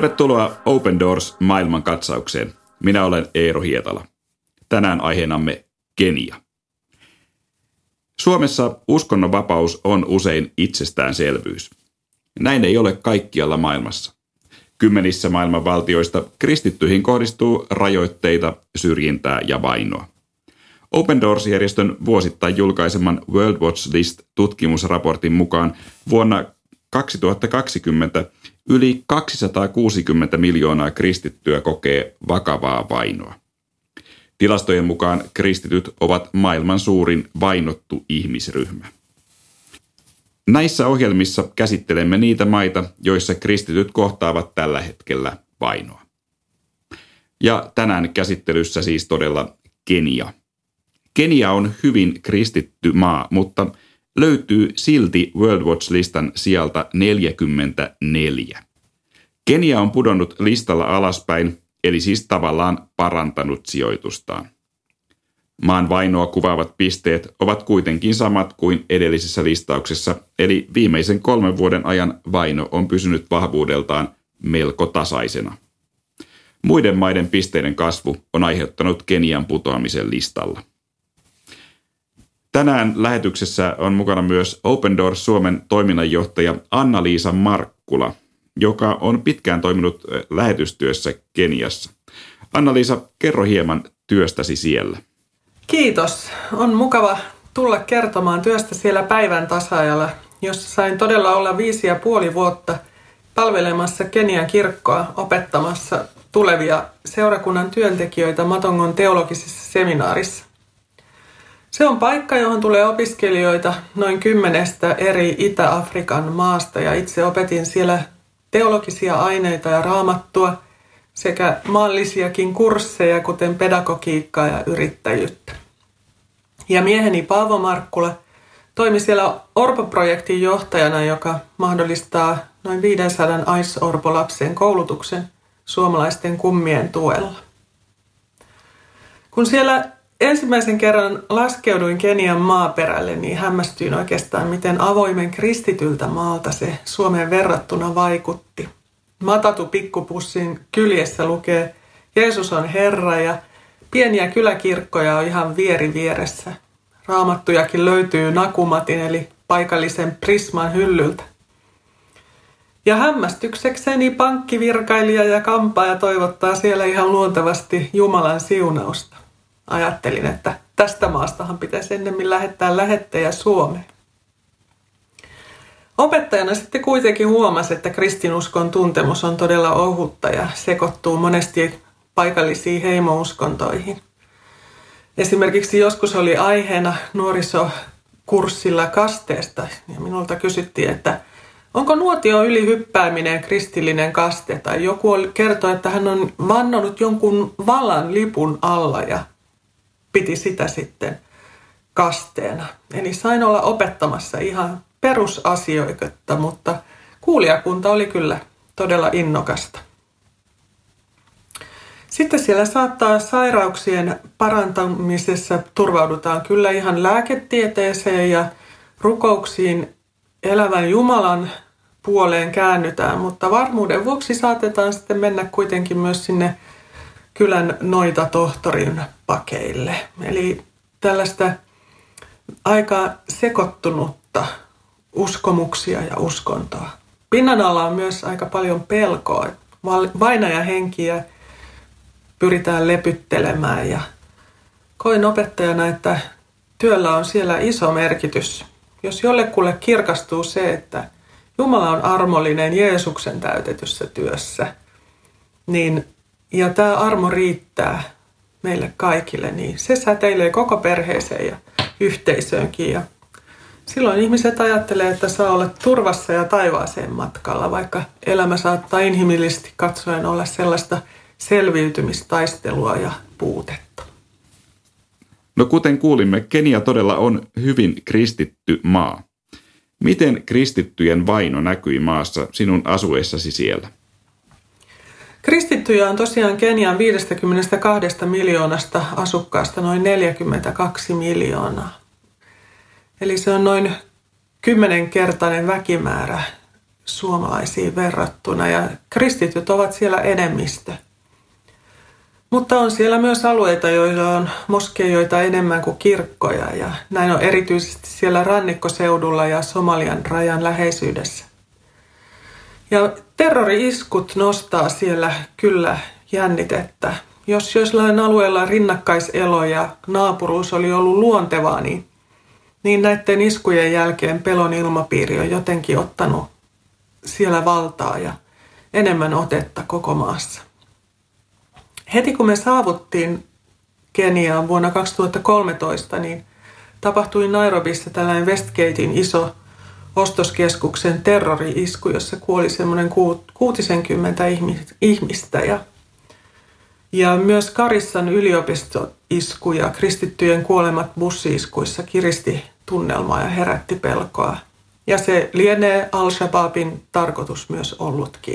Tervetuloa Open Doors maailmankatsaukseen. Minä olen Eero Hietala. Tänään aiheenamme Kenia. Suomessa uskonnonvapaus on usein itsestäänselvyys. Näin ei ole kaikkialla maailmassa. Kymmenissä maailman valtioista kristittyihin kohdistuu rajoitteita, syrjintää ja vainoa. Open Doors-järjestön vuosittain julkaiseman World Watch List-tutkimusraportin mukaan vuonna 2020 yli 260 miljoonaa kristittyä kokee vakavaa vainoa. Tilastojen mukaan kristityt ovat maailman suurin vainottu ihmisryhmä. Näissä ohjelmissa käsittelemme niitä maita, joissa kristityt kohtaavat tällä hetkellä vainoa. Ja tänään käsittelyssä siis todella Kenia. Kenia on hyvin kristitty maa, mutta löytyy silti World Watch-listan sijalta 44. Kenia on pudonnut listalla alaspäin, eli siis tavallaan parantanut sijoitustaan. Maan vainoa kuvaavat pisteet ovat kuitenkin samat kuin edellisessä listauksessa, eli viimeisen 3 vuoden ajan vaino on pysynyt vahvuudeltaan melko tasaisena. Muiden maiden pisteiden kasvu on aiheuttanut Kenian putoamisen listalla. Tänään lähetyksessä on mukana myös Open Doors Suomen toiminnanjohtaja Anna-Liisa Markkula, joka on pitkään toiminut lähetystyössä Keniassa. Anna-Liisa, kerro hieman työstäsi siellä. Kiitos. On mukava tulla kertomaan työstä siellä päivän tasaajalla, jossa sain todella olla 5,5 vuotta palvelemassa Kenian kirkkoa opettamassa tulevia seurakunnan työntekijöitä Matongon teologisessa seminaarissa. Se on paikka, johon tulee opiskelijoita noin 10 eri Itä-Afrikan maasta ja itse opetin siellä teologisia aineita ja raamattua sekä maallisiakin kursseja, kuten pedagogiikkaa ja yrittäjyyttä. Ja mieheni Paavo Markkula toimi siellä Orpo-projektin johtajana, joka mahdollistaa noin 500 AIS-orpolapsen koulutuksen suomalaisten kummien tuella. Kun siellä ensimmäisen kerran laskeuduin Kenian maaperälle, niin hämmästyin oikeastaan, miten avoimen kristityltä maalta se Suomeen verrattuna vaikutti. Matatu pikkupussin kyljessä lukee Jeesus on Herra ja pieniä kyläkirkkoja on ihan vieri vieressä. Raamattujakin löytyy Nakumatin eli paikallisen Prisman hyllyltä. Ja hämmästyksekseni pankkivirkailija ja kampaaja toivottaa siellä ihan luontevasti Jumalan siunausta. Ajattelin, että tästä maastahan pitäisi ennemmin lähettää lähettejä Suomeen. Opettajana sitten kuitenkin huomasi, että kristinuskon tuntemus on todella ohutta ja sekoittuu monesti paikallisiin heimouskontoihin. Esimerkiksi joskus oli aiheena nuorisokurssilla kasteesta ja minulta kysyttiin, että onko nuotio yli hyppääminen kristillinen kaste? Tai joku kertoi, että hän on vannonut jonkun vallan lipun alla ja piti sitä sitten kasteena. Eli sain olla opettamassa ihan perusasioita, mutta kuulijakunta oli kyllä todella innokasta. Sitten siellä saattaa sairauksien parantamisessa turvaudutaan kyllä ihan lääketieteeseen ja rukouksiin elävän Jumalan puoleen käännytään, mutta varmuuden vuoksi saatetaan sitten mennä kuitenkin myös sinne kylän noita tohtorin pakeille. Eli tällaista aika sekoittunutta uskomuksia ja uskontoa. Pinnan alla on myös aika paljon pelkoa. Vainajahenkiä pyritään lepyttelemään ja koin opettajana, että työllä on siellä iso merkitys. Jos jollekulle kirkastuu se, että Jumala on armollinen Jeesuksen täytetyssä työssä, niin ja tämä armo riittää meille kaikille, niin se säteilee koko perheeseen ja yhteisöönkin. Ja silloin ihmiset ajattelee, että saa olla turvassa ja taivaaseen matkalla, vaikka elämä saattaa inhimillisesti katsoen olla sellaista selviytymistaistelua ja puutetta. No kuten kuulimme, Kenia todella on hyvin kristitty maa. Miten kristittyjen vaino näkyi maassa sinun asuessasi siellä? Kristittyjä on tosiaan Kenian 52 miljoonasta asukkaasta noin 42 miljoonaa. Eli se on noin 10-kertainen väkimäärä suomalaisiin verrattuna ja kristityt ovat siellä enemmistö. Mutta on siellä myös alueita, joilla on moskeijoita enemmän kuin kirkkoja ja näin on erityisesti siellä rannikkoseudulla ja Somalian rajan läheisyydessä. Ja terrori-iskut nostaa siellä kyllä jännitettä. Jos joillain alueella rinnakkaiselo ja naapuruus oli ollut luontevaa, niin näiden iskujen jälkeen pelon ilmapiiri on jotenkin ottanut siellä valtaa ja enemmän otetta koko maassa. Heti kun me saavuttiin Keniaan vuonna 2013, niin tapahtui Nairobissa tällainen Westgatein iso ostoskeskuksen terrori-isku, jossa kuoli semmoinen 60 ihmistä. Ja myös Garissan yliopistoisku ja kristittyjen kuolemat bussi-iskuissa kiristi tunnelmaa ja herätti pelkoa. Ja se lienee Al-Shabaabin tarkoitus myös ollutkin.